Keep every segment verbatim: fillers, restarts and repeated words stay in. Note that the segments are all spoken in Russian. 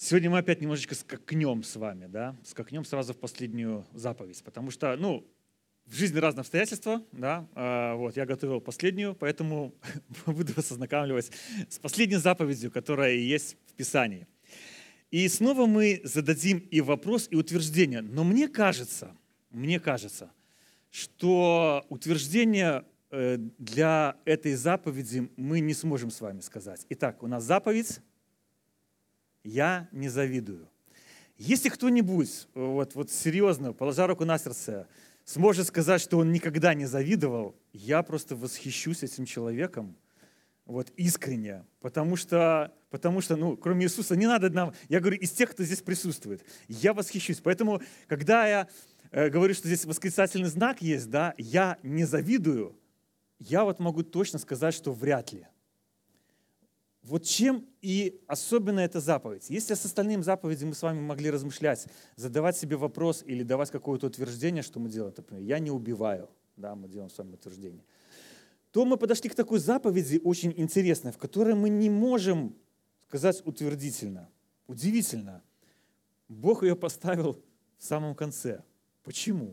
Сегодня мы опять немножечко скакнем с вами, да, скакнем сразу в последнюю заповедь, потому что, ну, в жизни разные обстоятельства, да, а, вот, я готовил последнюю, поэтому буду вас ознакомливать с последней заповедью, которая есть в Писании. И снова мы зададим и вопрос, и утверждение, но мне кажется, мне кажется, что утверждение для этой заповеди мы не сможем с вами сказать. Итак, у нас заповедь «Я не завидую». Если кто-нибудь, вот, вот серьезно, положа руку на сердце, сможет сказать, что он никогда не завидовал, я просто восхищусь этим человеком, вот, искренне, потому что, потому что, ну, кроме Иисуса не надо нам, я говорю, из тех, кто здесь присутствует, я восхищусь. Поэтому, когда я э, говорю, что здесь восклицательный знак есть, да, «Я не завидую», я вот могу точно сказать, что вряд ли. Вот чем и особенно эта заповедь. Если с остальными заповедями мы с вами могли размышлять, задавать себе вопрос или давать какое-то утверждение, что мы делаем, например, «я не убиваю», да, мы делаем с вами утверждение, то мы подошли к такой заповеди очень интересной, в которой мы не можем сказать утвердительно. Удивительно. Бог ее поставил в самом конце. Почему?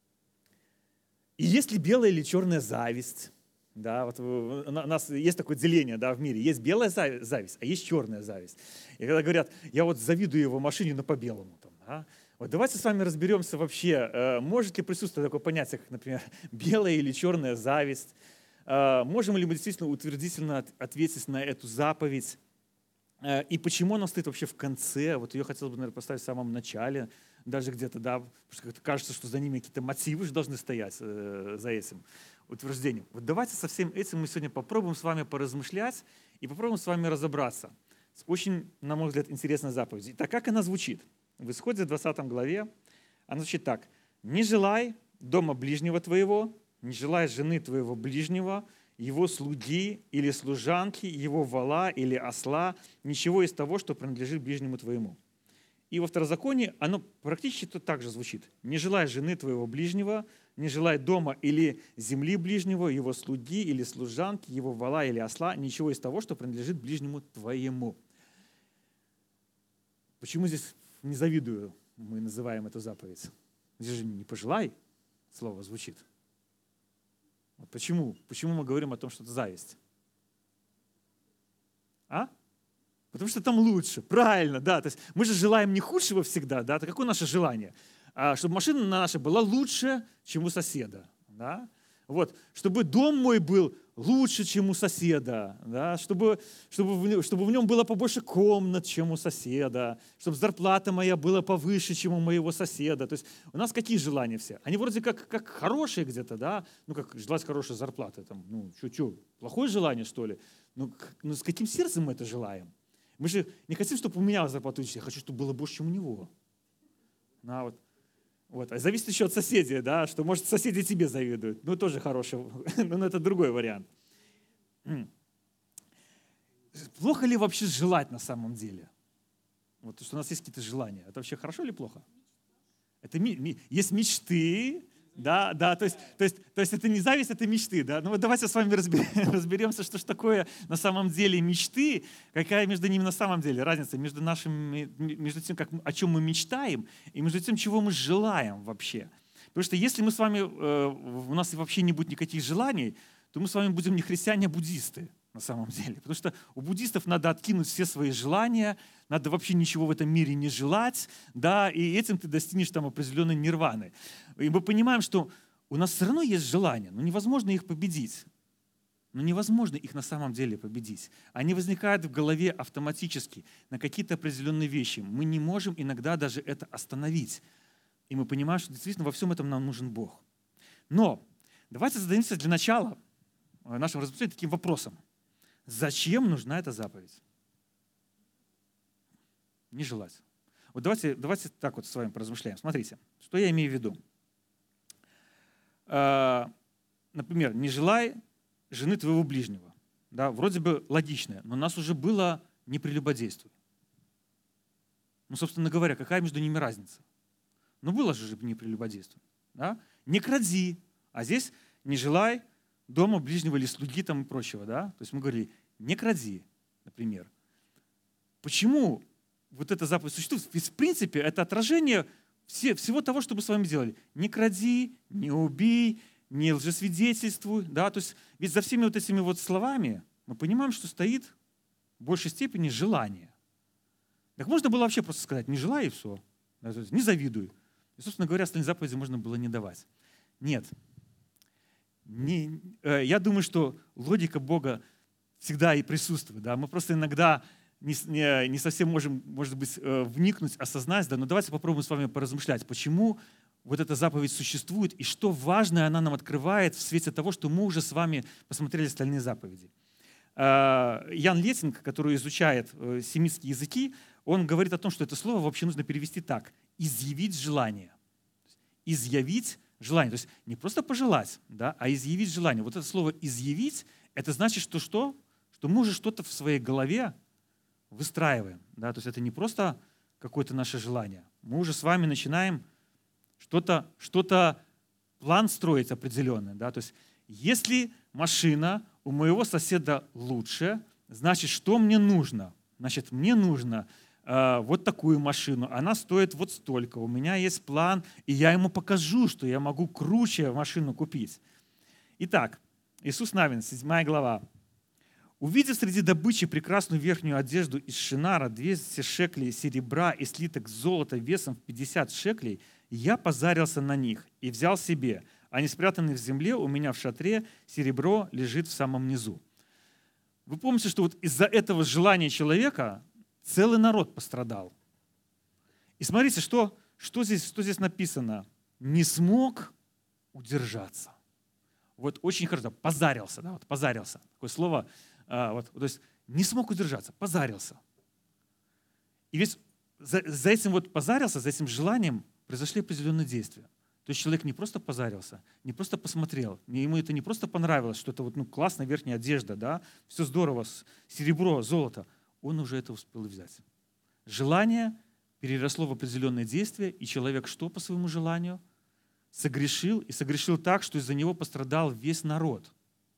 И есть ли белая или черная зависть? Да, вот у нас есть такое деление, да, в мире. Есть белая зависть, а есть черная зависть. И когда говорят, я вот завидую его машине, но по белому. Там, да? Вот давайте с вами разберемся вообще, может ли присутствовать такое понятие, как, например, белая или черная зависть. Можем ли мы действительно утвердительно ответить на эту заповедь? И почему она стоит вообще в конце? Вот ее хотелось бы, наверное, поставить в самом начале, даже где-то, да, потому что как-то кажется, что за ними какие-то мотивы же должны стоять за этим утверждением. Вот давайте со всем этим мы сегодня попробуем с вами поразмышлять и попробуем с вами разобраться с очень, на мой взгляд, интересной заповедью. Итак, как она звучит? В Исходе двадцатой главе она звучит так. «Не желай дома ближнего твоего, не желай жены твоего ближнего, его слуги или служанки, его вола или осла, ничего из того, что принадлежит ближнему твоему». И во Второзаконии оно практически так же звучит. «Не желай жены твоего ближнего, не желай дома или земли ближнего, его слуги или служанки, его вола или осла, ничего из того, что принадлежит ближнему твоему». Почему здесь «не завидую» мы называем эту заповедь? Здесь же «не пожелай» слово звучит. Вот почему? Почему мы говорим о том, что это зависть? А? Потому что там лучше, правильно, да. То есть мы же желаем не худшего всегда, да. Это какое наше желание? А, чтобы машина наша была лучше, чем у соседа, да. Вот, чтобы дом мой был лучше, чем у соседа, да? чтобы, чтобы, в, чтобы в нем было побольше комнат, чем у соседа, чтобы зарплата моя была повыше, чем у моего соседа. То есть у нас какие желания все? Они вроде как, как хорошие где-то, да? Ну, как желать хорошей зарплаты. Там, ну, что, плохое желание, что ли? Ну, ну, с каким сердцем мы это желаем? Мы же не хотим, чтобы у меня зарплата увеличилась, я хочу, чтобы было больше, чем у него. Ну, вот. Вот. А зависит еще от соседей, да, что, может, соседи тебе завидуют. Ну, тоже хороший, но это другой вариант. Плохо ли вообще желать на самом деле? Вот, что у нас есть какие-то желания. Это вообще хорошо или плохо? Это ми- ми- есть мечты, да, да, то есть, то, есть, то есть это не зависть, это мечты, да. Ну вот давайте с вами разберемся, что же такое на самом деле мечты, какая между ними на самом деле разница между нашими, между тем, как, о чем мы мечтаем, и между тем, чего мы желаем вообще. Потому что если мы с вами, у нас вообще не будет никаких желаний, то мы с вами будем не христиане, а буддисты на самом деле. Потому что у буддистов надо откинуть все свои желания, надо вообще ничего в этом мире не желать, да, и этим ты достигнешь там определенной нирваны. И мы понимаем, что у нас все равно есть желания, но невозможно их победить. Но невозможно их на самом деле победить. Они возникают в голове автоматически на какие-то определенные вещи. Мы не можем иногда даже это остановить. И мы понимаем, что действительно во всем этом нам нужен Бог. Но давайте зададимся для начала нашим размышлениям таким вопросом. Зачем нужна эта заповедь? Не желать. Вот давайте, давайте так вот с вами поразмышляем. Смотрите, что я имею в виду. Например, не желай жены твоего ближнего. Да, вроде бы логичное, но у нас уже было не прелюбодействуй. Ну, собственно говоря, какая между ними разница? Ну, было же не прелюбодействуй. Да? Не кради, а здесь не желай дома ближнего или слуги там и прочего. Да? То есть мы говорили, не кради, например. Почему вот эта заповедь существует. Ведь в принципе это отражение все, всего того, что мы с вами делали. Не кради, не убей, не лжесвидетельствуй. Да? То есть ведь за всеми вот этими вот словами мы понимаем, что стоит в большей степени желание. Так можно было вообще просто сказать, не желай и все. Не завидуй. И, собственно говоря, остальные заповеди можно было не давать. Нет. Не, э, я думаю, что логика Бога всегда и присутствует. Да? Мы просто иногда не, не, не совсем можем, может быть, э, вникнуть, осознать. Да? Но давайте попробуем с вами поразмышлять, почему вот эта заповедь существует и что важное она нам открывает в свете того, что мы уже с вами посмотрели остальные заповеди. Э, Ян Лессинг, который изучает э, семитские языки, он говорит о том, что это слово вообще нужно перевести так. Изъявить желание. Изъявить желание. То есть не просто пожелать, да, а изъявить желание. Вот это слово «изъявить» — это значит, что что? Что мы уже что-то в своей голове выстраиваем. Да? То есть это не просто какое-то наше желание. Мы уже с вами начинаем что-то, что-то план строить определенный. Да? То есть если машина у моего соседа лучше, значит, что мне нужно? Значит, мне нужно вот такую машину, она стоит вот столько, у меня есть план, и я ему покажу, что я могу круче машину купить. Итак, Иисус Навин, седьмая глава. «Увидев среди добычи прекрасную верхнюю одежду из шинара, двести шеклей серебра и слиток золота весом в пятьдесят шеклей, я позарился на них и взял себе. Они спрятаны в земле, у меня в шатре, серебро лежит в самом низу». Вы помните, что вот из-за этого желания человека целый народ пострадал. И смотрите, что, что, здесь, что здесь написано. Не смог удержаться. Вот очень хорошо. Позарился. Да, вот позарился. Такое слово. А, вот, то есть не смог удержаться. Позарился. И ведь за, за этим вот позарился, за этим желанием произошли определенные действия. То есть человек не просто позарился, не просто посмотрел. Ему это не просто понравилось, что это вот, ну, классная верхняя одежда, да, все здорово, серебро, золото. Он уже это успел взять. Желание переросло в определенное действие, и человек что по своему желанию? Согрешил, и согрешил так, что из-за него пострадал весь народ.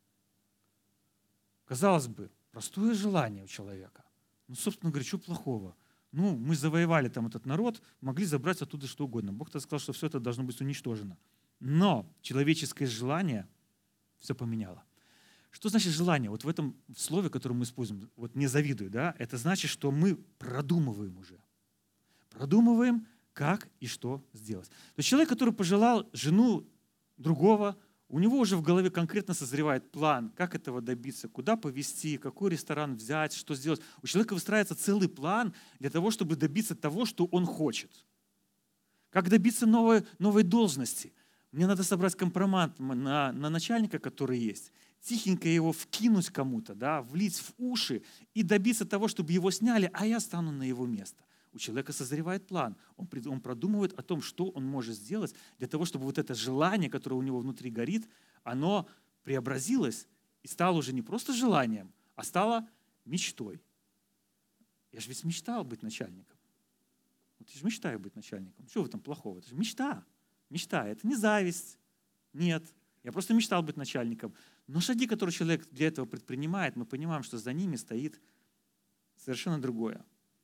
Казалось бы, простое желание у человека. Ну, собственно говоря, что плохого? Ну, мы завоевали там этот народ, могли забрать оттуда что угодно. Бог-то сказал, что все это должно быть уничтожено. Но человеческое желание все поменяло. Что значит желание? Вот в этом слове, которое мы используем, вот «не завидуй», да, это значит, что мы продумываем уже. Продумываем, как и что сделать. То есть человек, который пожелал жену другого, у него уже в голове конкретно созревает план, как этого добиться, куда повезти, какой ресторан взять, что сделать. У человека выстраивается целый план для того, чтобы добиться того, что он хочет. Как добиться новой, новой должности. Мне надо собрать компромат на, на начальника, который есть, тихенько его вкинуть кому-то, да, влить в уши и добиться того, чтобы его сняли, а я стану на его место. У человека созревает план. Он, он продумывает о том, что он может сделать для того, чтобы вот это желание, которое у него внутри горит, оно преобразилось и стало уже не просто желанием, а стало мечтой. Я же ведь мечтал быть начальником. Вот я же мечтаю быть начальником. Что в этом плохого? Это же мечта. Мечта. Это не зависть. Нет. Я просто мечтал быть начальником. Но шаги, которые человек для этого предпринимает, мы понимаем, что за ними стоит совершенно другое.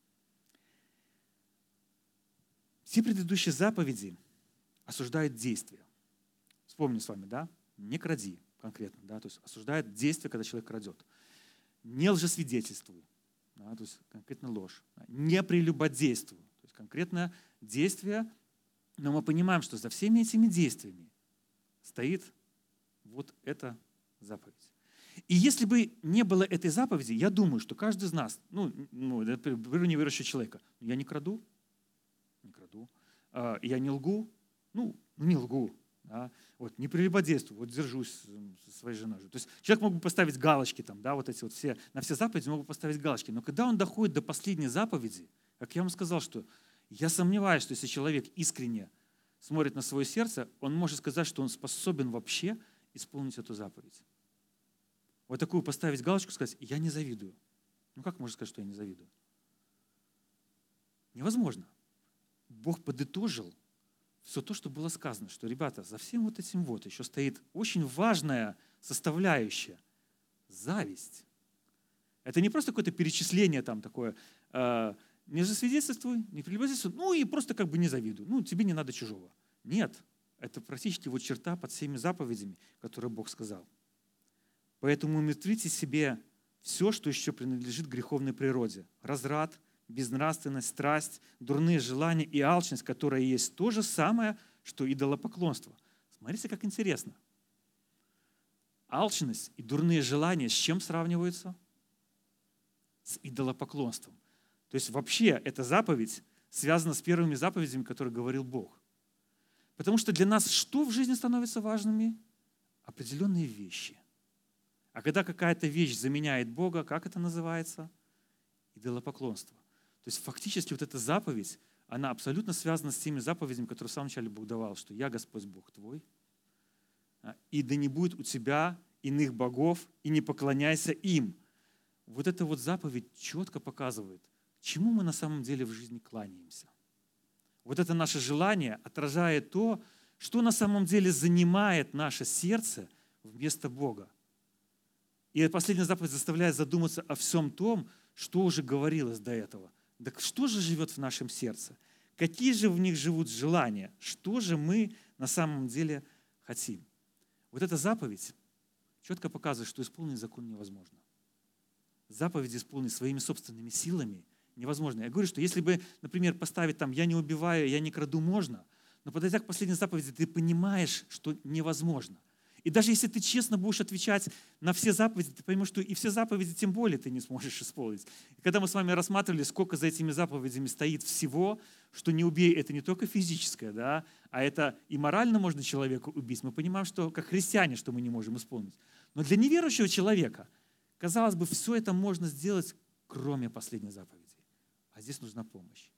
Все предыдущие заповеди осуждают действия. Вспомним с вами, да? Не кради конкретно, да? То есть осуждают действия, когда человек крадет. Не лжесвидетельствуй, да? То есть конкретно ложь. Не прелюбодействуй, то есть конкретное действие. Но мы понимаем, что за всеми этими действиями стоит вот эта заповедь. И если бы не было этой заповеди, я думаю, что каждый из нас, ну, ну беру неверующего человека, я не краду, не краду, я не лгу, ну, не лгу, да, вот, не прелюбодействую, вот держусь со своей женой. То есть человек мог бы поставить галочки там, да, вот эти вот все, на все заповеди мог бы поставить галочки, но когда он доходит до последней заповеди, как я вам сказал, что я сомневаюсь, что если человек искренне смотрит на свое сердце, он может сказать, что он способен вообще исполнить эту заповедь. Вот такую поставить галочку, сказать, я не завидую. Ну как можно сказать, что я не завидую? Невозможно. Бог подытожил все то, что было сказано, что, ребята, за всем вот этим вот еще стоит очень важная составляющая – зависть. Это не просто какое-то перечисление там такое, э, не засвидетельствуй, не прелюбодействуй, ну и просто как бы не завидуй. Ну, тебе не надо чужого. Нет, это практически вот черта под всеми заповедями, которые Бог сказал. Поэтому умертвите себе все, что еще принадлежит греховной природе. Разврат, безнравственность, страсть, дурные желания и алчность, которая есть то же самое, что идолопоклонство. Смотрите, как интересно. Алчность и дурные желания с чем сравниваются? С идолопоклонством. То есть вообще эта заповедь связана с первыми заповедями, которые говорил Бог. Потому что для нас что в жизни становится важными? Определенные вещи. А когда какая-то вещь заменяет Бога, как это называется? Идолопоклонство. То есть фактически вот эта заповедь, она абсолютно связана с теми заповедями, которые в самом начале Бог давал, что «Я Господь Бог твой, и да не будет у тебя иных богов, и не поклоняйся им». Вот эта вот заповедь четко показывает, чему мы на самом деле в жизни кланяемся. Вот это наше желание отражает то, что на самом деле занимает наше сердце вместо Бога. И последняя заповедь заставляет задуматься о всем том, что уже говорилось до этого. Так что же живет в нашем сердце? Какие же в них живут желания? Что же мы на самом деле хотим? Вот эта заповедь четко показывает, что исполнить закон невозможно. Заповедь исполнить своими собственными силами невозможно. Я говорю, что если бы, например, поставить там «я не убиваю, я не краду» можно, но подойдя к последней заповеди, ты понимаешь, что невозможно. И даже если ты честно будешь отвечать на все заповеди, ты поймешь, что и все заповеди тем более ты не сможешь исполнить. И когда мы с вами рассматривали, сколько за этими заповедями стоит всего, что не убей, это не только физическое, да, а это и морально можно человека убить, мы понимаем, что как христиане, что мы не можем исполнить. Но для неверующего человека, казалось бы, все это можно сделать, кроме последней заповеди. А здесь нужна помощь.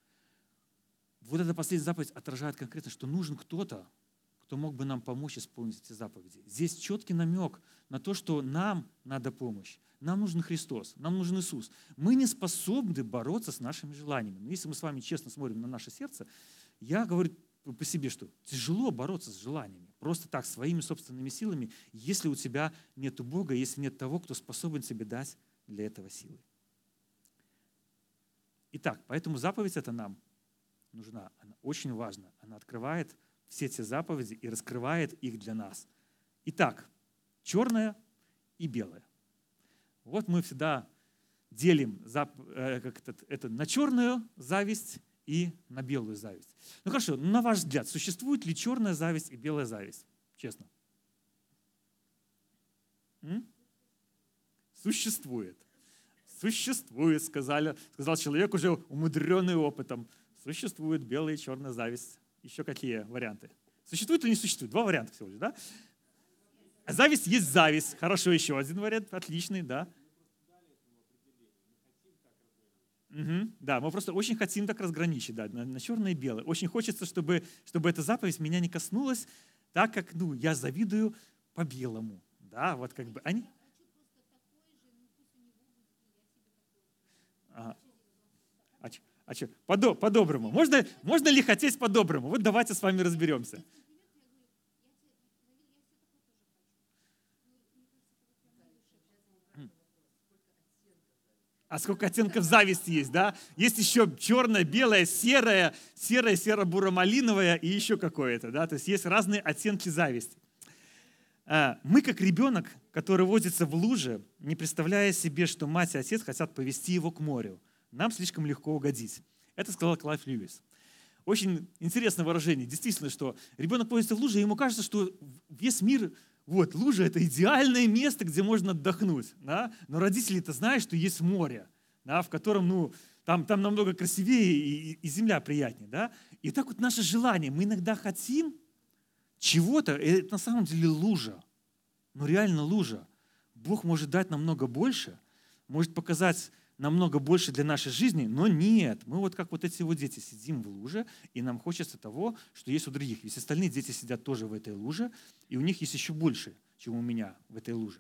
Вот эта последняя заповедь отражает конкретно, что нужен кто-то, кто мог бы нам помочь исполнить эти заповеди. Здесь четкий намек на то, что нам надо помощь. Нам нужен Христос, нам нужен Иисус. Мы не способны бороться с нашими желаниями. Но если мы с вами честно смотрим на наше сердце, я говорю по себе, что тяжело бороться с желаниями. Просто так, своими собственными силами, если у тебя нет Бога, если нет того, кто способен тебе дать для этого силы. Итак, поэтому заповедь эта нам нужна. Она очень важна. Она открывает все эти заповеди и раскрывает их для нас. Итак, черное и белое. Вот мы всегда делим зап, э, как это, это на черную зависть и на белую зависть. Ну хорошо, на ваш взгляд, существует ли черная зависть и белая зависть? Честно. М? Существует. Существует, сказали, сказал человек уже умудренный опытом. Существует белая и черная зависть. Еще какие варианты? Существует или не существует? Два варианта всего лишь, да? Зависть есть зависть. Хорошо, еще один вариант. Отличный, да. Угу, да, мы просто очень хотим так разграничить, да, на, на черное и белое. Очень хочется, чтобы, чтобы эта заповедь меня не коснулась, так как, ну, я завидую по белому. Да, вот как бы они... Ага. А, а что, Подо, по-доброму? Можно, можно ли хотеть по-доброму? Вот давайте с вами разберемся. А сколько оттенков зависти есть, да? Есть еще черное, белое, серое, серое, серо-буро-малиновое и еще какое-то, да? То есть есть разные оттенки зависти. Мы, как ребенок, который возится в луже, не представляя себе, что мать и отец хотят повести его к морю, нам слишком легко угодить. Это сказал Клайв Льюис. Очень интересное выражение. Действительно, что ребенок возится в луже, и ему кажется, что весь мир, вот, лужа – это идеальное место, где можно отдохнуть. Да? Но родители-то знают, что есть море, да, в котором, ну, там, там намного красивее и, и земля приятнее. Да? И так вот наше желание. Мы иногда хотим чего-то, это на самом деле лужа. Но реально лужа. Бог может дать намного больше, может показать намного больше для нашей жизни, но нет. Мы вот как вот эти вот дети сидим в луже, и нам хочется того, что есть у других. Ведь остальные дети сидят тоже в этой луже, и у них есть еще больше, чем у меня в этой луже.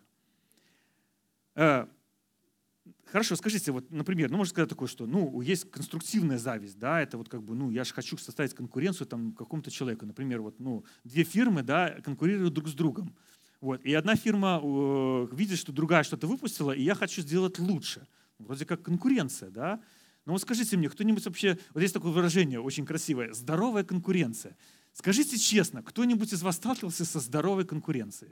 Хорошо, скажите, вот, например, ну, можно сказать такое, что, ну, есть конструктивная зависть, да, это вот как бы, ну, я же хочу составить конкуренцию там какому-то человеку. Например, вот, ну, две фирмы, да, конкурируют друг с другом. Вот, и одна фирма э, видит, что другая что-то выпустила, и я хочу сделать лучше. Вроде как конкуренция, да? Но вот скажите мне, кто-нибудь вообще, вот есть такое выражение очень красивое, здоровая конкуренция. Скажите честно, кто-нибудь из вас сталкивался со здоровой конкуренцией?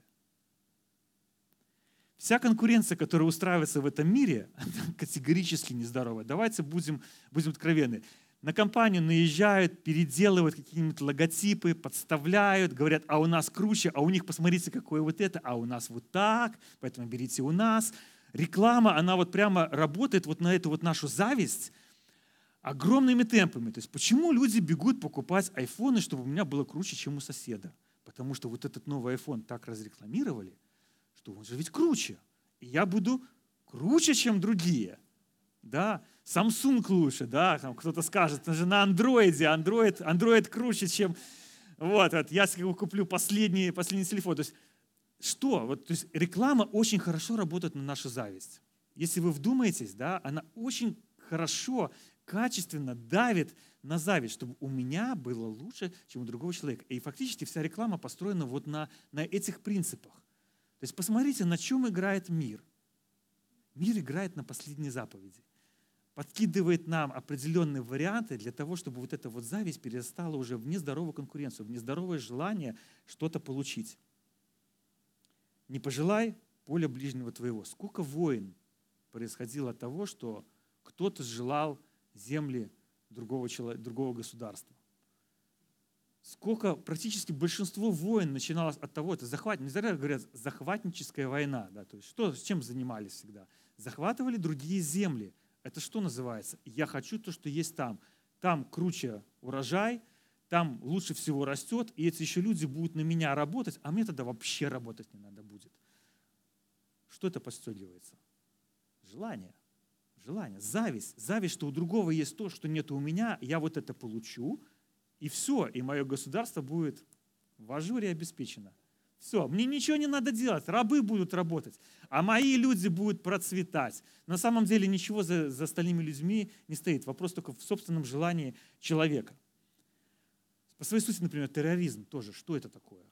Вся конкуренция, которая устраивается в этом мире, она категорически нездоровая. Давайте будем, будем откровенны. На компанию наезжают, переделывают какие-нибудь логотипы, подставляют, говорят, а у нас круче, а у них, посмотрите, какое вот это, а у нас вот так, поэтому берите у нас. Реклама, она вот прямо работает вот на эту вот нашу зависть огромными темпами. То есть почему люди бегут покупать айфоны, чтобы у меня было круче, чем у соседа? Потому что вот этот новый iPhone так разрекламировали, что он же ведь круче. И я буду круче, чем другие. Да? Samsung лучше, да? Там кто-то скажет, это же на андроиде, Android, Android круче, чем... Вот, вот я куплю последний, последний телефон. То есть что? Вот, то есть реклама очень хорошо работает на нашу зависть. Если вы вдумаетесь, да, она очень хорошо, качественно давит на зависть, чтобы у меня было лучше, чем у другого человека. И фактически вся реклама построена вот на, на этих принципах. То есть посмотрите, на чем играет мир. Мир играет на последней заповеди. Подкидывает нам определенные варианты для того, чтобы вот эта вот зависть перестала уже в нездоровую конкуренцию, в нездоровое желание что-то получить. Не пожелай поля ближнего твоего. Сколько войн происходило от того, что кто-то желал земли другого, человека, другого государства. Сколько, практически большинство войн начиналось от того, это захват, не зря говорят, захватническая война. Да, то есть что, с чем занимались всегда? Захватывали другие земли. Это что называется? Я хочу то, что есть там. Там круче урожай, там лучше всего растет, и эти еще люди будут на меня работать, а мне тогда вообще работать не надо будет. Что это подстегивается? Желание. Желание, зависть. Зависть, что у другого есть то, что нет у меня, я вот это получу, и все, и мое государство будет в ажуре обеспечено. Все, мне ничего не надо делать, рабы будут работать, а мои люди будут процветать. На самом деле ничего за, за остальными людьми не стоит. Вопрос только в собственном желании человека. По своей сути, например, терроризм тоже. Что это такое?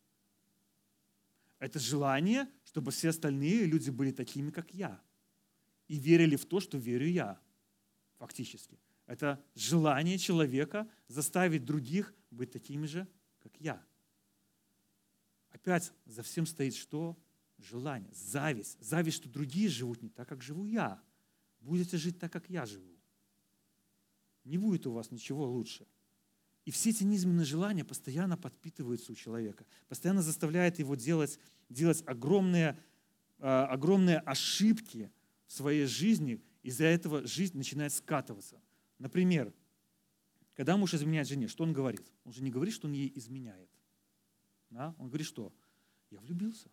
Это желание, чтобы все остальные люди были такими, как я. И верили в то, что верю я. Фактически. Это желание человека заставить других быть такими же, как я. Опять за всем стоит что? Желание, зависть. Зависть, что другие живут не так, как живу я. Будете жить так, как я живу. Не будет у вас ничего лучше. И все эти низменные желания постоянно подпитываются у человека, постоянно заставляют его делать, делать огромные, э, огромные ошибки в своей жизни. Из-за этого жизнь начинает скатываться. Например, когда муж изменяет жене, что он говорит? Он же не говорит, что он ей изменяет. Да? Он говорит, что? Я влюбился.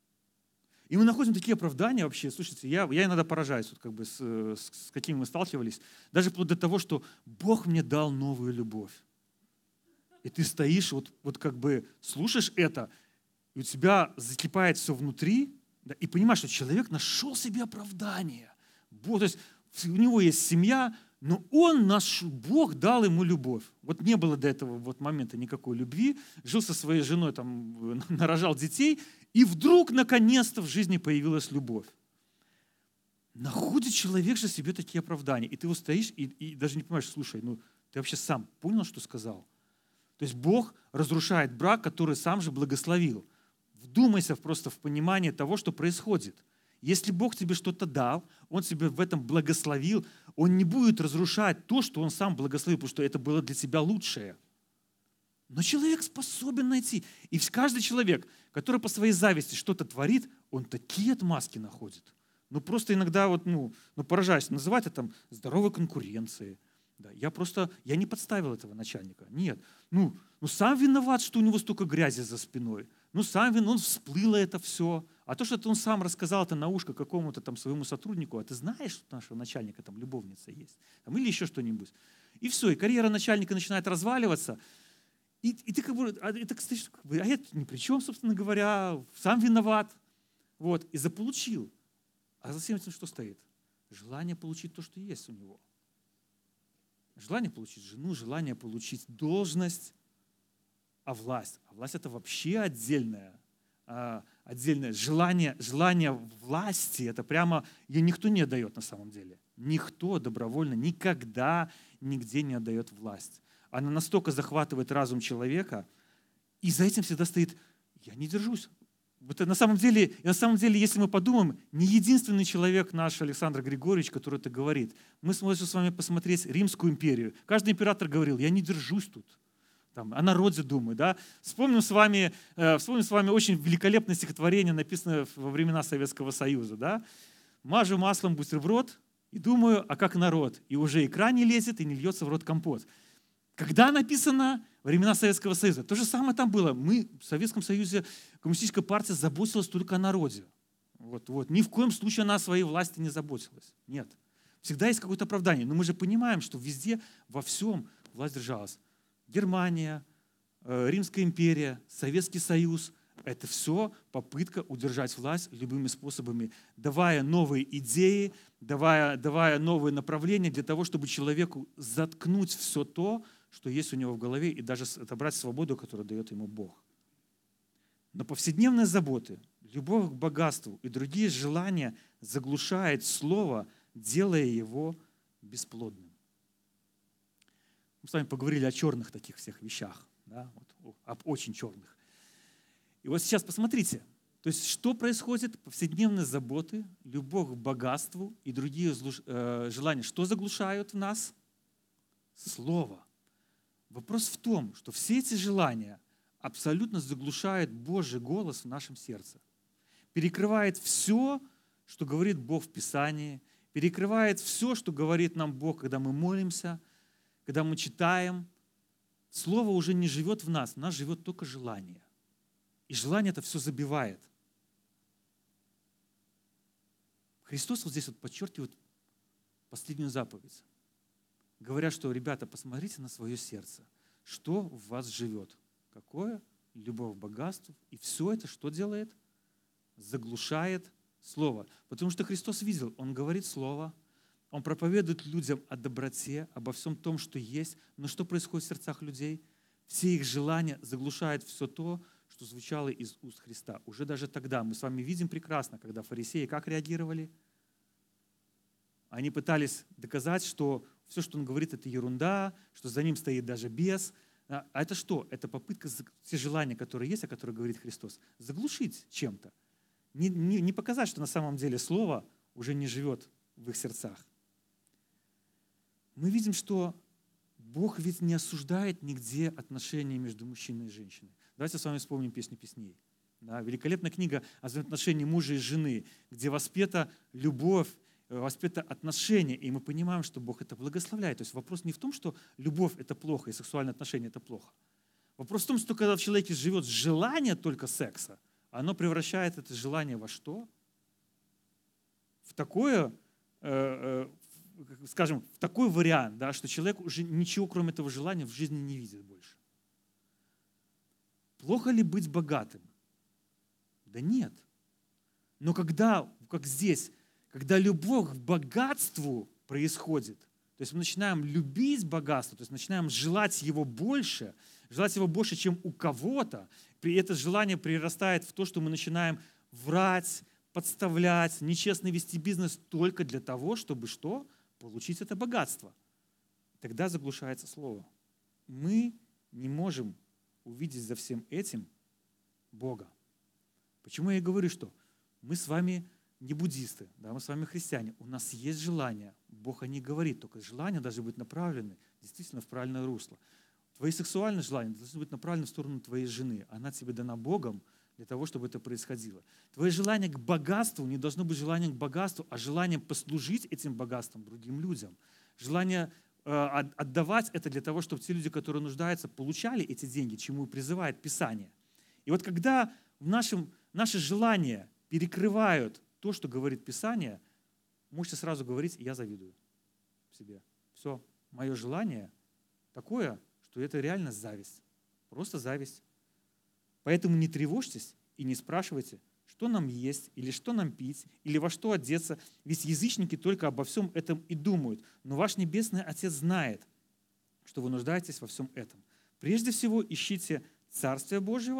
И мы находим такие оправдания вообще. Слушайте, я, я иногда поражаюсь, вот как бы с, с, с какими мы сталкивались, даже вплоть до того, что Бог мне дал новую любовь. И ты стоишь, вот, вот как бы слушаешь это, и у тебя закипает все внутри, да, и понимаешь, что человек нашел себе оправдание. Бог, то есть у него есть семья, но он, наш Бог, дал ему любовь. Вот не было до этого вот момента никакой любви, жил со своей женой, там, нарожал детей, и вдруг, наконец-то, в жизни появилась любовь. Находит человек же себе такие оправдания, и ты вот стоишь и, и даже не понимаешь, слушай, ну ты вообще сам понял, что сказал? То есть Бог разрушает брак, который сам же благословил. Вдумайся просто в понимание того, что происходит. Если Бог тебе что-то дал, Он тебя в этом благословил, Он не будет разрушать то, что Он сам благословил, потому что это было для тебя лучшее. Но человек способен найти. И каждый человек, который по своей зависти что-то творит, он такие отмазки находит. Ну просто иногда вот, ну, ну поражаюсь, называть это там здоровой конкуренцией. Да, я просто, я не подставил этого начальника. Нет. Ну, ну сам виноват, что у него столько грязи за спиной. Ну сам виноват, он всплыло это все. А то, что он сам рассказал это на ушко какому-то там своему сотруднику, а ты знаешь, что у нашего начальника там любовница есть? Там, или еще что-нибудь. И все, и карьера начальника начинает разваливаться. И, и ты как бы, а, это, кстати, как бы, а я ни при чем, собственно говоря, сам виноват. Вот, и заполучил. А за всем этим что стоит? Желание получить то, что есть у него. Желание получить жену, желание получить должность, а власть. А власть – это вообще отдельная. отдельное желание, желание власти, это прямо, ее никто не отдает на самом деле. Никто добровольно никогда нигде не отдает власть. Она настолько захватывает разум человека, и за этим всегда стоит «я не держусь». Это на самом деле, на самом деле, если мы подумаем, не единственный человек наш Александр Григорьевич, который это говорит. Мы сможем с вами посмотреть Римскую империю. Каждый император говорил, я не держусь тут. Там, о народе думаю. Да? Вспомним, с вами, э, вспомним с вами очень великолепное стихотворение, написанное во времена Советского Союза. Да? Мажу маслом бутерброд и думаю, а как народ? И уже икра не лезет, и не льется в рот компот. Когда написано во времена Советского Союза? То же самое там было. Мы в Советском Союзе, коммунистическая партия заботилась только о народе. Вот, вот. Ни в коем случае она о своей власти не заботилась. Нет. Всегда есть какое-то оправдание. Но мы же понимаем, что везде, во всем власть держалась. Германия, Римская империя, Советский Союз – это все попытка удержать власть любыми способами, давая новые идеи, давая, давая новые направления для того, чтобы человеку заткнуть все то, что есть у него в голове, и даже отобрать свободу, которую дает ему Бог. Но повседневные заботы, любовь к богатству и другие желания заглушает слово, делая его бесплодным. Мы с вами поговорили о черных таких всех вещах, да? Вот, об очень черных. И вот сейчас посмотрите, то есть что происходит? Повседневные заботы, любовь к богатству и другие э, желания. Что заглушают в нас? Слово. Вопрос в том, что все эти желания абсолютно заглушают Божий голос в нашем сердце. Перекрывает все, что говорит Бог в Писании, перекрывает все, что говорит нам Бог, когда мы молимся, когда мы читаем. Слово уже не живет в нас, в нас живет только желание. И желание это все забивает. Христос вот здесь вот подчеркивает последнюю заповедь, говоря, что, ребята, посмотрите на свое сердце, что в вас живет, какое любовь к богатству, и все это что делает? Заглушает Слово. Потому что Христос видел, Он говорит Слово, Он проповедует людям о доброте, обо всем том, что есть, но что происходит в сердцах людей? Все их желания заглушают все то, что звучало из уст Христа. Уже даже тогда мы с вами видим прекрасно, когда фарисеи как реагировали? Они пытались доказать, что все, что он говорит, это ерунда, что за ним стоит даже бес. А это что? Это попытка все желания, которые есть, о которых говорит Христос, заглушить чем-то. Не, не, не показать, что на самом деле Слово уже не живет в их сердцах. Мы видим, что Бог ведь не осуждает нигде отношения между мужчиной и женщиной. Давайте с вами вспомним «Песню песней». Да, великолепная книга о взаимоотношении мужа и жены, где воспета любовь, воспето отношения, и мы понимаем, что Бог это благословляет. То есть вопрос не в том, что любовь – это плохо, и сексуальные отношения – это плохо. Вопрос в том, что когда в человеке живет желание только секса, оно превращает это желание во что? В такое, э, э, скажем, в такой вариант, да, что человек уже ничего, кроме этого желания, в жизни не видит больше. Плохо ли быть богатым? Да нет. Но когда, как здесь, когда любовь к богатству происходит, то есть мы начинаем любить богатство, то есть начинаем желать его больше, желать его больше, чем у кого-то, и это желание прирастает в то, что мы начинаем врать, подставлять, нечестно вести бизнес только для того, чтобы что? Получить это богатство. Тогда заглушается слово. Мы не можем увидеть за всем этим Бога. Почему я и говорю, что мы с вами не буддисты, да, мы с вами христиане. У нас есть желание. Бог о них говорит, только желания должны быть направлены действительно в правильное русло. Твои сексуальные желания должны быть направлены в сторону твоей жены. Она тебе дана Богом для того, чтобы это происходило. Твое желание к богатству не должно быть желанием к богатству, а желанием послужить этим богатством другим людям. Желание э, отдавать это для того, чтобы те люди, которые нуждаются, получали эти деньги, чему и призывает Писание. И вот когда в нашем, наши желания перекрывают то, что говорит Писание, можете сразу говорить: я завидую себе. Все, мое желание такое, что это реально зависть. Просто зависть. Поэтому не тревожьтесь и не спрашивайте, что нам есть, или что нам пить, или во что одеться. Ведь язычники только обо всем этом и думают. Но ваш Небесный Отец знает, что вы нуждаетесь во всем этом. Прежде всего ищите Царствия Божьего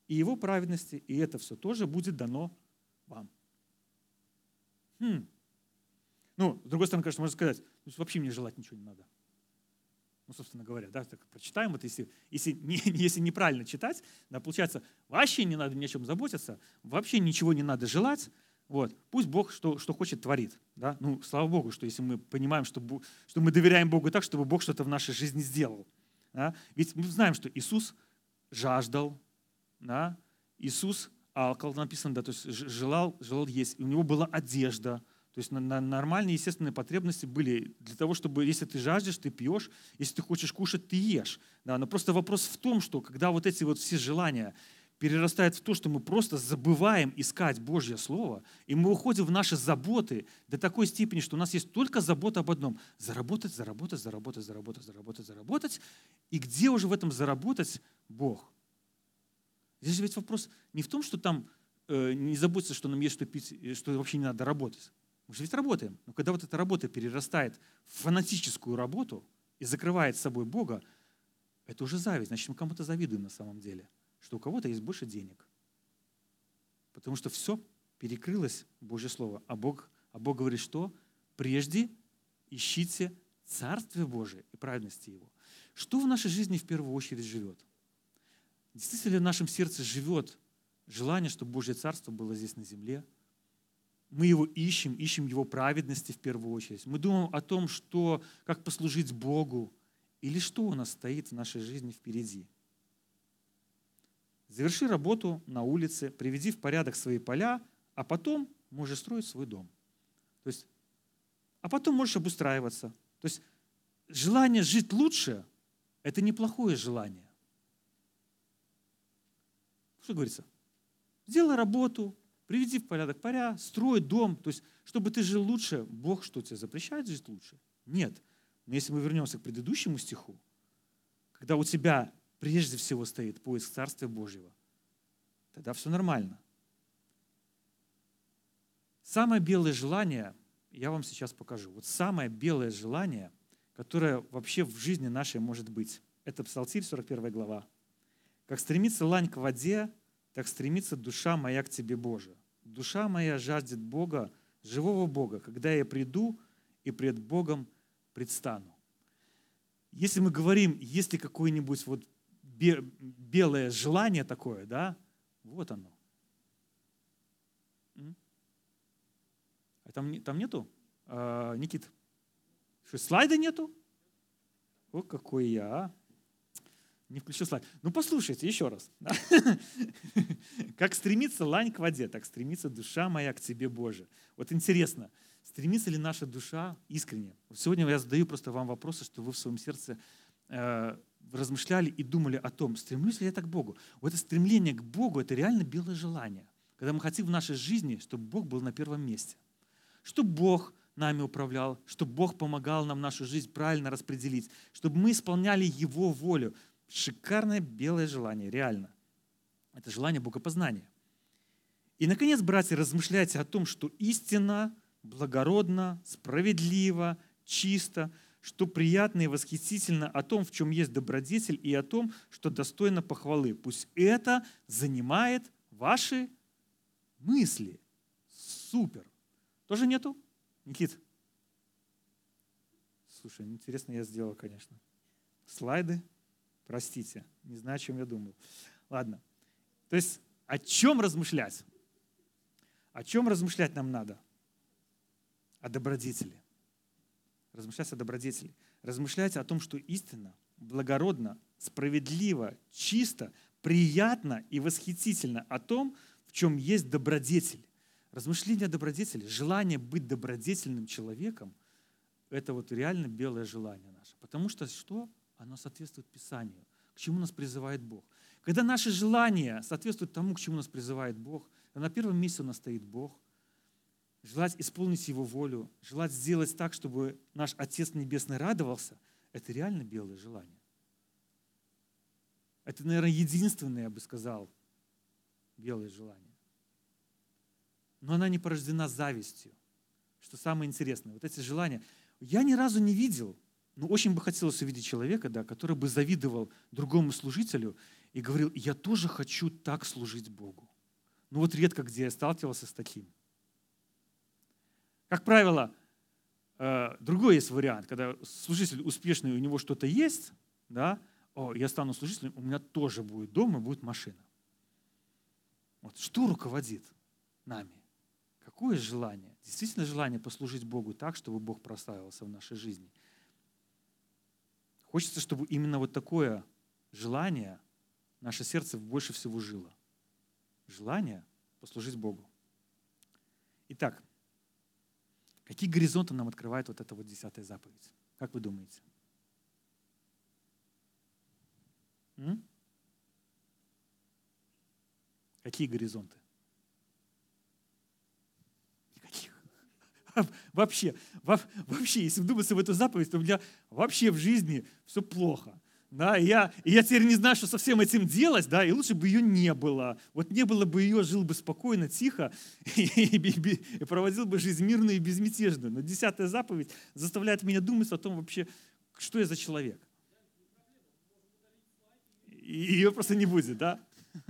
и Его праведности, и это все тоже будет дано вам. Хм. Ну, с другой стороны, конечно, можно сказать, ну, вообще мне желать ничего не надо. Ну, собственно говоря, да, так прочитаем это, если, если, не, если неправильно читать, да, получается, вообще не надо ни о чем заботиться, вообще ничего не надо желать, вот, пусть Бог что, что хочет творит. Да? Ну, слава Богу, что если мы понимаем, что, что мы доверяем Богу так, чтобы Бог что-то в нашей жизни сделал. Да? Ведь мы знаем, что Иисус жаждал, да? Иисус алкал, написано, да, то есть желал, желал есть, у него была одежда. То есть нормальные естественные потребности были для того, чтобы, если ты жаждешь, ты пьешь, если ты хочешь кушать, ты ешь. Да, но просто вопрос в том, что когда вот эти вот все желания перерастают в то, что мы просто забываем искать Божье Слово, и мы уходим в наши заботы до такой степени, что у нас есть только забота об одном – заработать, заработать, заработать, заработать, заработать, заработать. И где уже в этом заработать Бог? Здесь же ведь вопрос не в том, что там э, не заботиться, что нам есть что пить, что вообще не надо работать. Мы же ведь работаем. Но когда вот эта работа перерастает в фанатическую работу и закрывает с собой Бога, это уже зависть. Значит, мы кому-то завидуем на самом деле, что у кого-то есть больше денег. Потому что все перекрылось Божье Слово. А Бог, а Бог говорит, что прежде ищите Царствие Божие и праведности Его. Что в нашей жизни в первую очередь живет? Действительно ли в нашем сердце живет желание, чтобы Божье Царство было здесь на земле? Мы его ищем, ищем его праведности в первую очередь. Мы думаем о том, что, как послужить Богу, или что у нас стоит в нашей жизни впереди. Заверши работу на улице, приведи в порядок свои поля, а потом можешь строить свой дом. То есть, а потом можешь обустраиваться. То есть желание жить лучше – это неплохое желание. Что говорится? Сделай работу, приведи в порядок поля, строй дом. То есть, чтобы ты жил лучше, Бог что, тебе запрещает жить лучше? Нет. Но если мы вернемся к предыдущему стиху, когда у тебя прежде всего стоит поиск Царствия Божьего, тогда все нормально. Самое белое желание, я вам сейчас покажу. Вот самое белое желание, которое вообще в жизни нашей может быть, это Псалтирь, сорок первая глава. «Как стремится лань к воде, так стремится душа моя к Тебе, Боже. Душа моя жаждет Бога, живого Бога, когда я приду и пред Богом предстану». Если мы говорим, есть ли какое-нибудь вот белое желание такое, да, вот оно. А там, там нету, а, Никит? Что, слайда нету? О, какой я, а? Не включил слайд. Ну, послушайте еще раз. Как стремится лань к воде, так стремится душа моя к Тебе, Боже. Вот интересно, стремится ли наша душа искренне? Сегодня я задаю просто вам вопросы, что вы в своем сердце э, размышляли и думали о том, стремлюсь ли я так к Богу. Вот это стремление к Богу – это реально белое желание. Когда мы хотим в нашей жизни, чтобы Бог был на первом месте. Чтобы Бог нами управлял, чтобы Бог помогал нам нашу жизнь правильно распределить, чтобы мы исполняли Его волю. Шикарное белое желание, реально. Это желание богопознания. И, наконец, братья, размышляйте о том, что истина благородна, справедлива, чисто, что приятно и восхитительно, о том, в чем есть добродетель, и о том, что достойно похвалы. Пусть это занимает ваши мысли. Супер. Тоже нету? Никит? Слушай, интересно я сделал, конечно. Слайды. Простите, не знаю, о чем я думал. Ладно. То есть о чем размышлять? О чем размышлять нам надо? О добродетели. Размышлять о добродетели. Размышлять о том, что истинно, благородно, справедливо, чисто, приятно и восхитительно о том, в чем есть добродетель. Размышление о добродетели, желание быть добродетельным человеком – это вот реально белое желание наше. Потому что что? Оно соответствует Писанию, к чему нас призывает Бог. Когда наши желания соответствуют тому, к чему нас призывает Бог, то на первом месте у нас стоит Бог. Желать исполнить Его волю, желать сделать так, чтобы наш Отец Небесный радовался, это реально белое желание. Это, наверное, единственное, я бы сказал, белое желание. Но она не порождена завистью. Что самое интересное, вот эти желания. Я ни разу не видел, но очень бы хотелось увидеть человека, да, который бы завидовал другому служителю и говорил, я тоже хочу так служить Богу. Ну вот редко где я сталкивался с таким. Как правило, другой есть вариант, когда служитель успешный, у него что-то есть, да, о, я стану служителем, у меня тоже будет дом и будет машина. Вот что руководит нами? Какое желание? Действительно желание послужить Богу так, чтобы Бог прославился в нашей жизни. Хочется, чтобы именно вот такое желание наше сердце больше всего жило. Желание послужить Богу. Итак, какие горизонты нам открывает вот эта вот десятая заповедь? Как вы думаете? М? Какие горизонты? Никаких. Вообще, вообще, если вдуматься в эту заповедь, то у меня вообще в жизни все плохо. Да, и я, и я теперь не знаю, что со всем этим делать, да, и лучше бы ее не было. Вот не было бы ее, жил бы спокойно, тихо, и, и, и, и проводил бы жизнь мирную и безмятежную. Но десятая заповедь заставляет меня думать о том вообще, что я за человек. И ее просто не будет, да?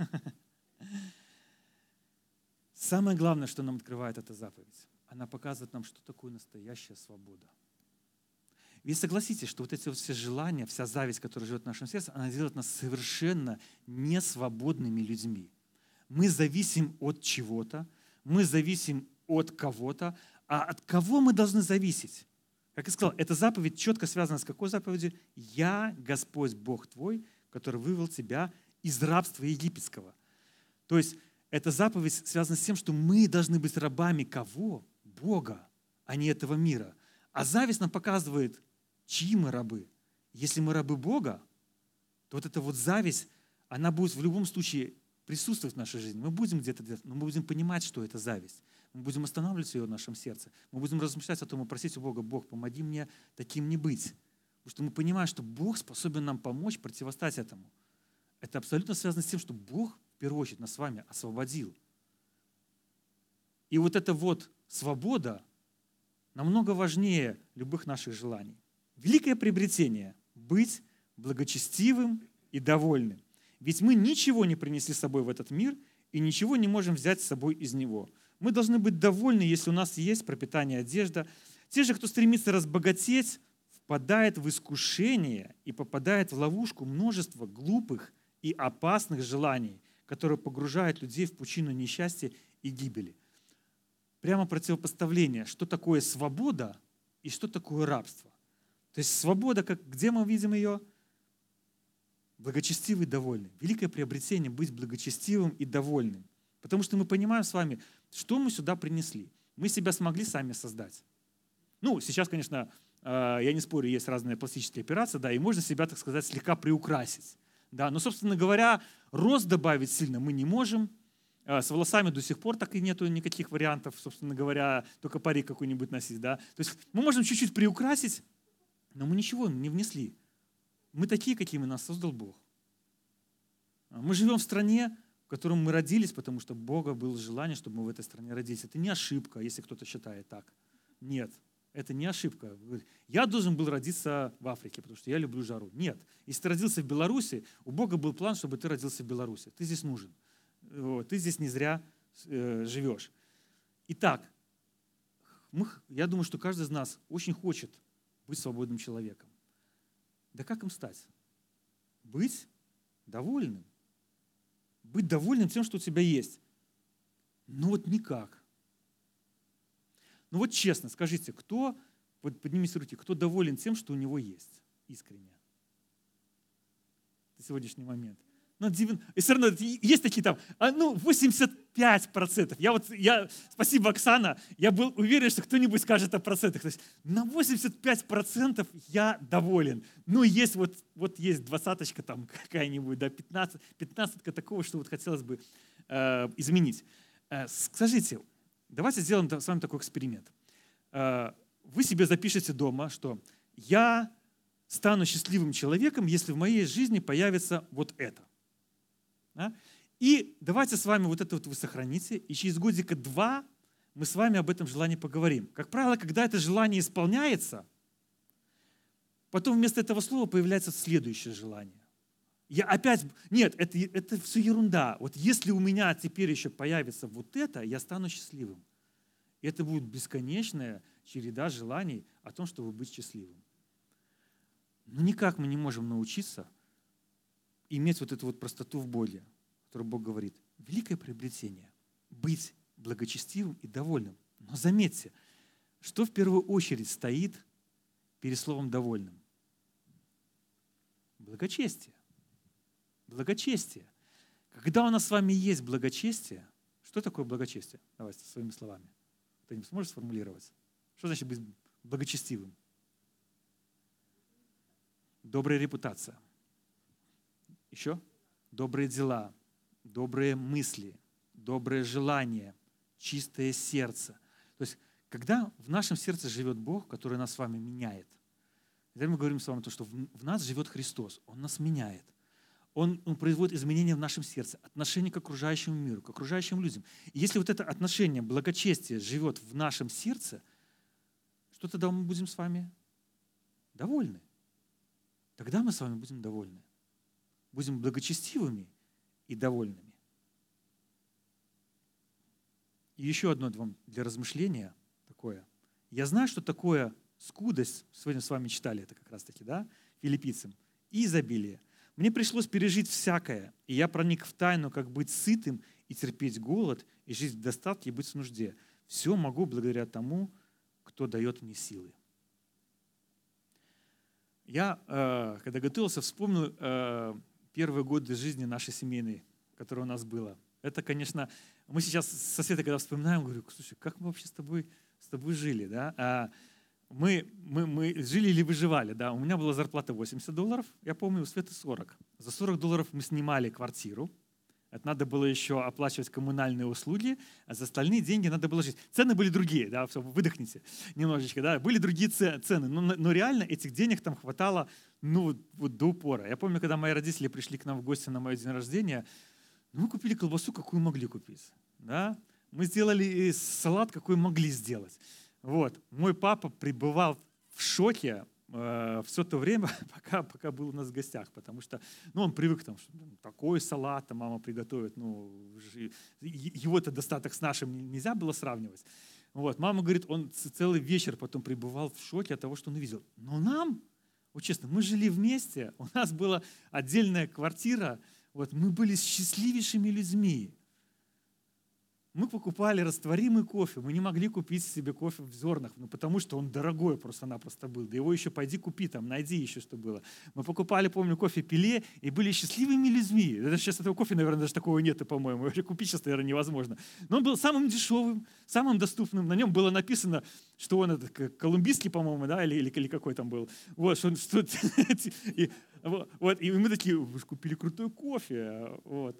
Самое главное, что нам открывает эта заповедь, она показывает нам, что такое настоящая свобода. Вы согласитесь, что вот эти вот все желания, вся зависть, которая живет в нашем сердце, она делает нас совершенно несвободными людьми. Мы зависим от чего-то, мы зависим от кого-то, а от кого мы должны зависеть? Как я сказал, эта заповедь четко связана с какой заповедью? «Я, Господь Бог твой, который вывел тебя из рабства египетского». То есть эта заповедь связана с тем, что мы должны быть рабами кого? Бога, а не этого мира. А зависть нам показывает, чьи мы рабы. Если мы рабы Бога, то вот эта вот зависть, она будет в любом случае присутствовать в нашей жизни. Мы будем где-то, но мы будем понимать, что это зависть. Мы будем останавливать ее в нашем сердце. Мы будем размышлять о том и просить у Бога: Бог, помоги мне таким не быть. Потому что мы понимаем, что Бог способен нам помочь противостоять этому. Это абсолютно связано с тем, что Бог в первую очередь нас с вами освободил. И вот эта вот свобода намного важнее любых наших желаний. Великое приобретение – быть благочестивым и довольным. Ведь мы ничего не принесли с собой в этот мир и ничего не можем взять с собой из него. Мы должны быть довольны, если у нас есть пропитание, одежда. Те же, кто стремится разбогатеть, впадает в искушение и попадает в ловушку множества глупых и опасных желаний, которые погружают людей в пучину несчастья и гибели. Прямо противопоставление, что такое свобода и что такое рабство. То есть свобода, как, где мы видим ее? Благочестивый и довольный. Великое приобретение — быть благочестивым и довольным. Потому что мы понимаем с вами, что мы сюда принесли. Мы себя смогли сами создать. Ну, сейчас, конечно, я не спорю, есть разные пластические операции, да, и можно себя, так сказать, слегка приукрасить. Да, но, собственно говоря, рост добавить сильно мы не можем. С волосами до сих пор так и нету никаких вариантов, собственно говоря, только парик какой-нибудь носить. Да? То есть мы можем чуть-чуть приукрасить, но мы ничего не внесли. Мы такие, какими нас создал Бог. Мы живем в стране, в которой мы родились, потому что Бога было желание, чтобы мы в этой стране родились. Это не ошибка, если кто-то считает так. Нет, это не ошибка. Я должен был родиться в Африке, потому что я люблю жару. Нет, если ты родился в Беларуси, у Бога был план, чтобы ты родился в Беларуси. Ты здесь нужен. Ты здесь не зря э, живешь. Итак, мы, я думаю, что каждый из нас очень хочет быть свободным человеком. Да как им стать? Быть довольным. Быть довольным тем, что у тебя есть. Ну вот никак. Ну вот честно, скажите, кто, поднимите руки, кто доволен тем, что у него есть? Искренне. На сегодняшний момент. Но и все равно есть такие там, ну, восемьдесят пять процентов. Я вот, я, спасибо, Оксана, я был уверен, что кто-нибудь скажет о процентах. То есть на восемьдесят пять процентов я доволен. Ну, есть вот, вот есть двадцаточка там какая-нибудь, да, пятнадцать, пятнадцатка такого, что вот хотелось бы э, изменить. Э, скажите, давайте сделаем с вами такой эксперимент. Э, вы себе запишите дома, что я стану счастливым человеком, если в моей жизни появится вот это. И давайте с вами вот это вот вы сохраните, и через годика два мы с вами об этом желании поговорим. Как правило, когда это желание исполняется, потом вместо этого слова появляется следующее желание. Я опять, нет, это, это все ерунда. Вот если у меня теперь еще появится вот это, я стану счастливым. И это будет бесконечная череда желаний о том, чтобы быть счастливым. Но никак мы не можем научиться иметь вот эту вот простоту в Боге, которую Бог говорит. Великое приобретение – быть благочестивым и довольным. Но заметьте, что в первую очередь стоит перед словом «довольным»? Благочестие. Благочестие. Когда у нас с вами есть благочестие, что такое благочестие? Давайте своими словами. Ты не сможешь сформулировать? Что значит быть благочестивым? Добрая репутация. Еще? Добрые дела, добрые мысли, доброе желание, чистое сердце. То есть, когда в нашем сердце живет Бог, который нас с вами меняет, когда мы говорим с вами, что в нас живет Христос, Он нас меняет. Он, он производит изменения в нашем сердце, отношение к окружающему миру, к окружающим людям. И если вот это отношение, благочестие живет в нашем сердце, что тогда мы будем с вами довольны? Тогда мы с вами будем довольны. Будем благочестивыми и довольными. И еще одно вам для размышления такое. Я знаю, что такое скудость, сегодня с вами читали это как раз-таки, да, филиппийцам, и изобилие. Мне пришлось пережить всякое, и я проник в тайну, как быть сытым и терпеть голод, и жить в достатке и быть в нужде. Все могу благодаря тому, кто дает мне силы. Я, э, когда готовился, вспомнил э, первые годы жизни нашей семейной, которая у нас была. Это, конечно, мы сейчас со Светой, когда вспоминаем, говорю, слушай, как мы вообще с тобой, с тобой жили, да? А мы, мы, мы жили или выживали, да? У меня была зарплата восемьдесят долларов, я помню, у Светы сорок. За сорок долларов мы снимали квартиру. Это надо было еще оплачивать коммунальные услуги, а за остальные деньги надо было жить. Цены были другие, да, все, выдохните немножечко, да, были другие цены, но, но реально этих денег там хватало, ну, вот до упора. Я помню, когда мои родители пришли к нам в гости на мой день рождения, ну, мы купили колбасу, какую могли купить, да, мы сделали салат, какой могли сделать. Вот, мой папа пребывал в шоке э, все то время, пока, пока был у нас в гостях, потому что, ну, он привык, там, что такой салат там мама приготовит, ну, его-то достаток с нашим нельзя было сравнивать. Вот, мама говорит, он целый вечер потом пребывал в шоке от того, что он увидел. Но нам, вот честно, мы жили вместе, у нас была отдельная квартира, вот, мы были счастливейшими людьми. Мы покупали растворимый кофе, мы не могли купить себе кофе в зернах, ну, потому что он дорогой просто-напросто был. Да его еще пойди купи, там, найди еще, что было. Мы покупали, помню, кофе Пеле и были счастливыми людьми. Это сейчас этого кофе, наверное, даже такого нет, по-моему. Уже купить сейчас, наверное, невозможно. Но он был самым дешевым, самым доступным. На нем было написано, что он это, колумбийский, по-моему, да, или, или, или какой там был. Вот, что, что, и, вот, и мы такие, вы купили крутой кофе. Вот.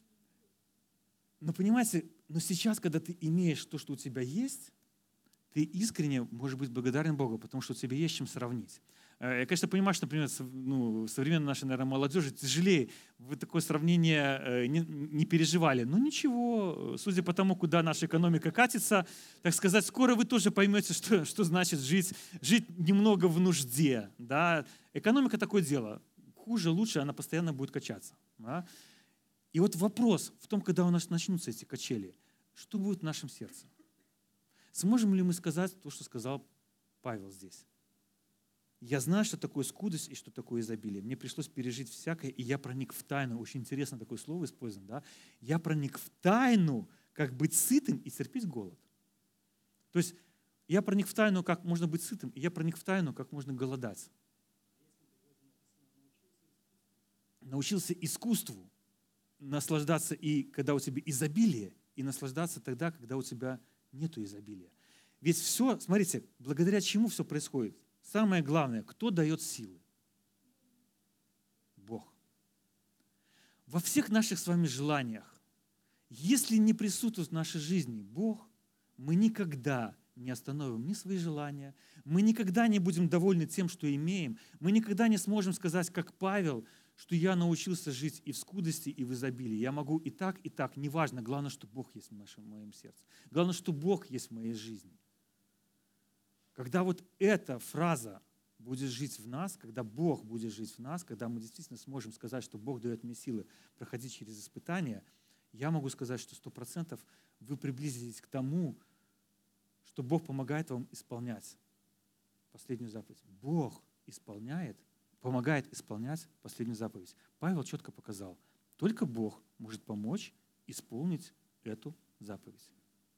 Но понимаете, но сейчас, когда ты имеешь то, что у тебя есть, ты искренне можешь быть благодарен Богу, потому что у тебя есть чем сравнить. Я, конечно, понимаю, что, например, ну, современной нашей, наверное, молодежи тяжелее. Вы такое сравнение не, не переживали. Но ничего, судя по тому, куда наша экономика катится, так сказать, скоро вы тоже поймете, что, что значит жить, жить немного в нужде. Да? Экономика такое дело. Хуже, лучше, она постоянно будет качаться. Да? И вот вопрос в том, когда у нас начнутся эти качели, что будет в нашем сердце? Сможем ли мы сказать то, что сказал Павел здесь? Я знаю, что такое скудость и что такое изобилие. Мне пришлось пережить всякое, и я проник в тайну. Очень интересно такое слово использовано. Да? Я проник в тайну, как быть сытым и терпеть голод. То есть я проник в тайну, как можно быть сытым, и я проник в тайну, как можно голодать. Научился искусству наслаждаться и когда у тебя изобилие, и наслаждаться тогда, когда у тебя нет изобилия. Ведь все, смотрите, благодаря чему все происходит? Самое главное, кто дает силы? Бог. Во всех наших с вами желаниях, если не присутствует в нашей жизни Бог, мы никогда не остановим ни свои желания, мы никогда не будем довольны тем, что имеем, мы никогда не сможем сказать, как Павел, что я научился жить и в скудости, и в изобилии. Я могу и так, и так. Неважно. Главное, что Бог есть в нашем, в моем сердце. Главное, что Бог есть в моей жизни. Когда вот эта фраза будет жить в нас, когда Бог будет жить в нас, когда мы действительно сможем сказать, что Бог дает мне силы проходить через испытания, я могу сказать, что сто процентов вы приблизились к тому, что Бог помогает вам исполнять последнюю заповедь. Бог исполняет, помогает исполнять последнюю заповедь. Павел четко показал, только Бог может помочь исполнить эту заповедь.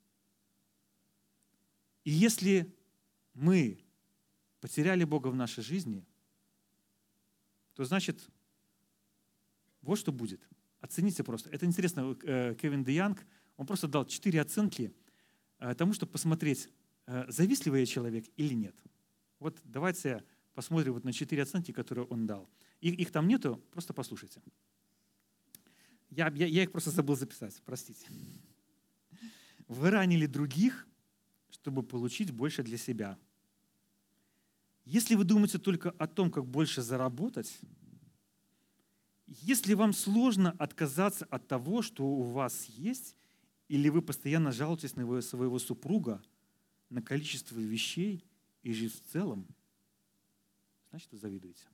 И если мы потеряли Бога в нашей жизни, то значит, вот что будет. Оцените просто. Это интересно, Кевин Де Янг, он просто дал четыре оценки тому, чтобы посмотреть, завистливый я человек или нет. Вот давайте посмотрим вот на четыре оценки, которые он дал. Их, их там нету, просто послушайте. Я, я, я их просто забыл записать, простите. Вы ранили других, чтобы получить больше для себя. Если вы думаете только о том, как больше заработать, если вам сложно отказаться от того, что у вас есть, или вы постоянно жалуетесь на своего супруга, на количество вещей и жизнь в целом, значит, вы завидуете.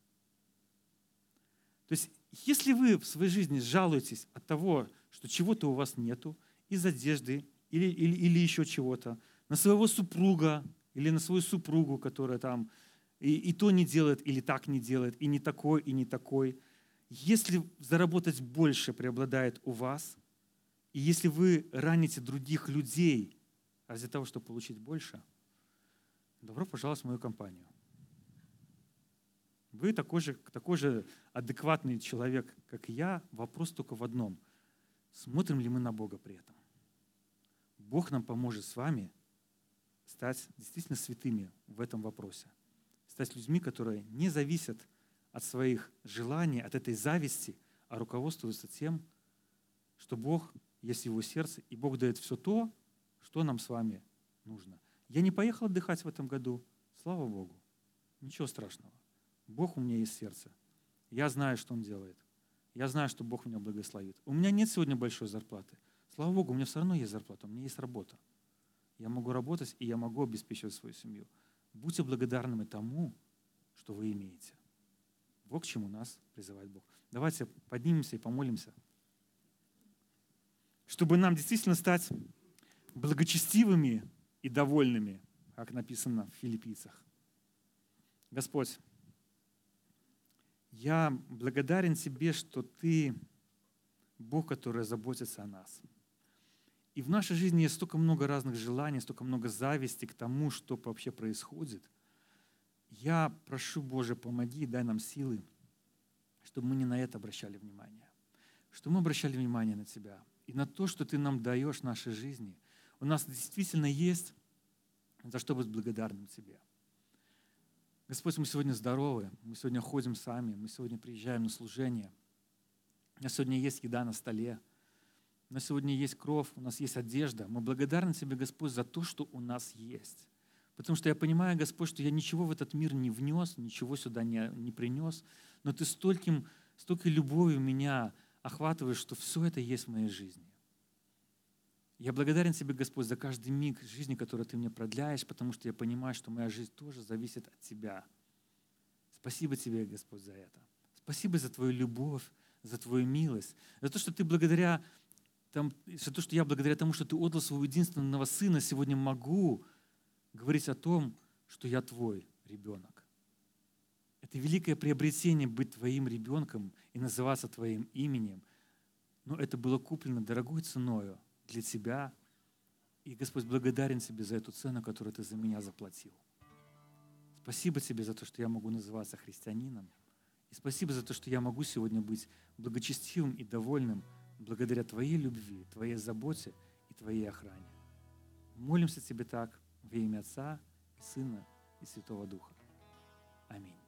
То есть, если вы в своей жизни жалуетесь от того, что чего-то у вас нету, из одежды или, или, или еще чего-то, на своего супруга или на свою супругу, которая там и, и то не делает, или так не делает, и не такой, и не такой. Если заработать больше преобладает у вас, и если вы раните других людей ради того, чтобы получить больше, добро пожаловать в мою компанию. Вы такой же, такой же адекватный человек, как и я. Вопрос только в одном. Смотрим ли мы на Бога при этом? Бог нам поможет с вами стать действительно святыми в этом вопросе. Стать людьми, которые не зависят от своих желаний, от этой зависти, а руководствуются тем, что Бог есть в его сердце, и Бог дает все то, что нам с вами нужно. Я не поехал отдыхать в этом году. Слава Богу. Ничего страшного. Бог у меня есть в сердце. Я знаю, что Он делает. Я знаю, что Бог меня благословит. У меня нет сегодня большой зарплаты. Слава Богу, у меня все равно есть зарплата, у меня есть работа. Я могу работать, и я могу обеспечивать свою семью. Будьте благодарными тому, что вы имеете. Вот к чему нас призывает Бог. Давайте поднимемся и помолимся, чтобы нам действительно стать благочестивыми и довольными, как написано в Филиппийцах. Господь, я благодарен Тебе, что Ты Бог, который заботится о нас. И в нашей жизни есть столько много разных желаний, столько много зависти к тому, что вообще происходит. Я прошу, Боже, помоги, дай нам силы, чтобы мы не на это обращали внимание, чтобы мы обращали внимание на Тебя и на то, что Ты нам даешь в нашей жизни. У нас действительно есть за что быть благодарным Тебе. Господь, мы сегодня здоровы, мы сегодня ходим сами, мы сегодня приезжаем на служение. У нас сегодня есть еда на столе, у нас сегодня есть кровь, у нас есть одежда. Мы благодарны Тебе, Господь, за то, что у нас есть. Потому что я понимаю, Господь, что я ничего в этот мир не внес, ничего сюда не, не принес, но Ты стольким, столько любовью меня охватываешь, что все это есть в моей жизни. Я благодарен Тебе, Господь, за каждый миг жизни, который Ты мне продляешь, потому что я понимаю, что моя жизнь тоже зависит от Тебя. Спасибо Тебе, Господь, за это. Спасибо за Твою любовь, за Твою милость, за то, что Ты благодаря, там, за то, что я благодаря тому, что Ты отдал Своего единственного Сына, сегодня могу говорить о том, что я Твой ребенок. Это великое приобретение быть Твоим ребенком и называться Твоим именем, но это было куплено дорогой ценою для Тебя. И, Господь, благодарен Тебе за эту цену, которую Ты за меня заплатил. Спасибо Тебе за то, что я могу называться христианином. И спасибо за то, что я могу сегодня быть благочестивым и довольным благодаря Твоей любви, Твоей заботе и Твоей охране. Молимся Тебе так во имя Отца и Сына и Святого Духа. Аминь.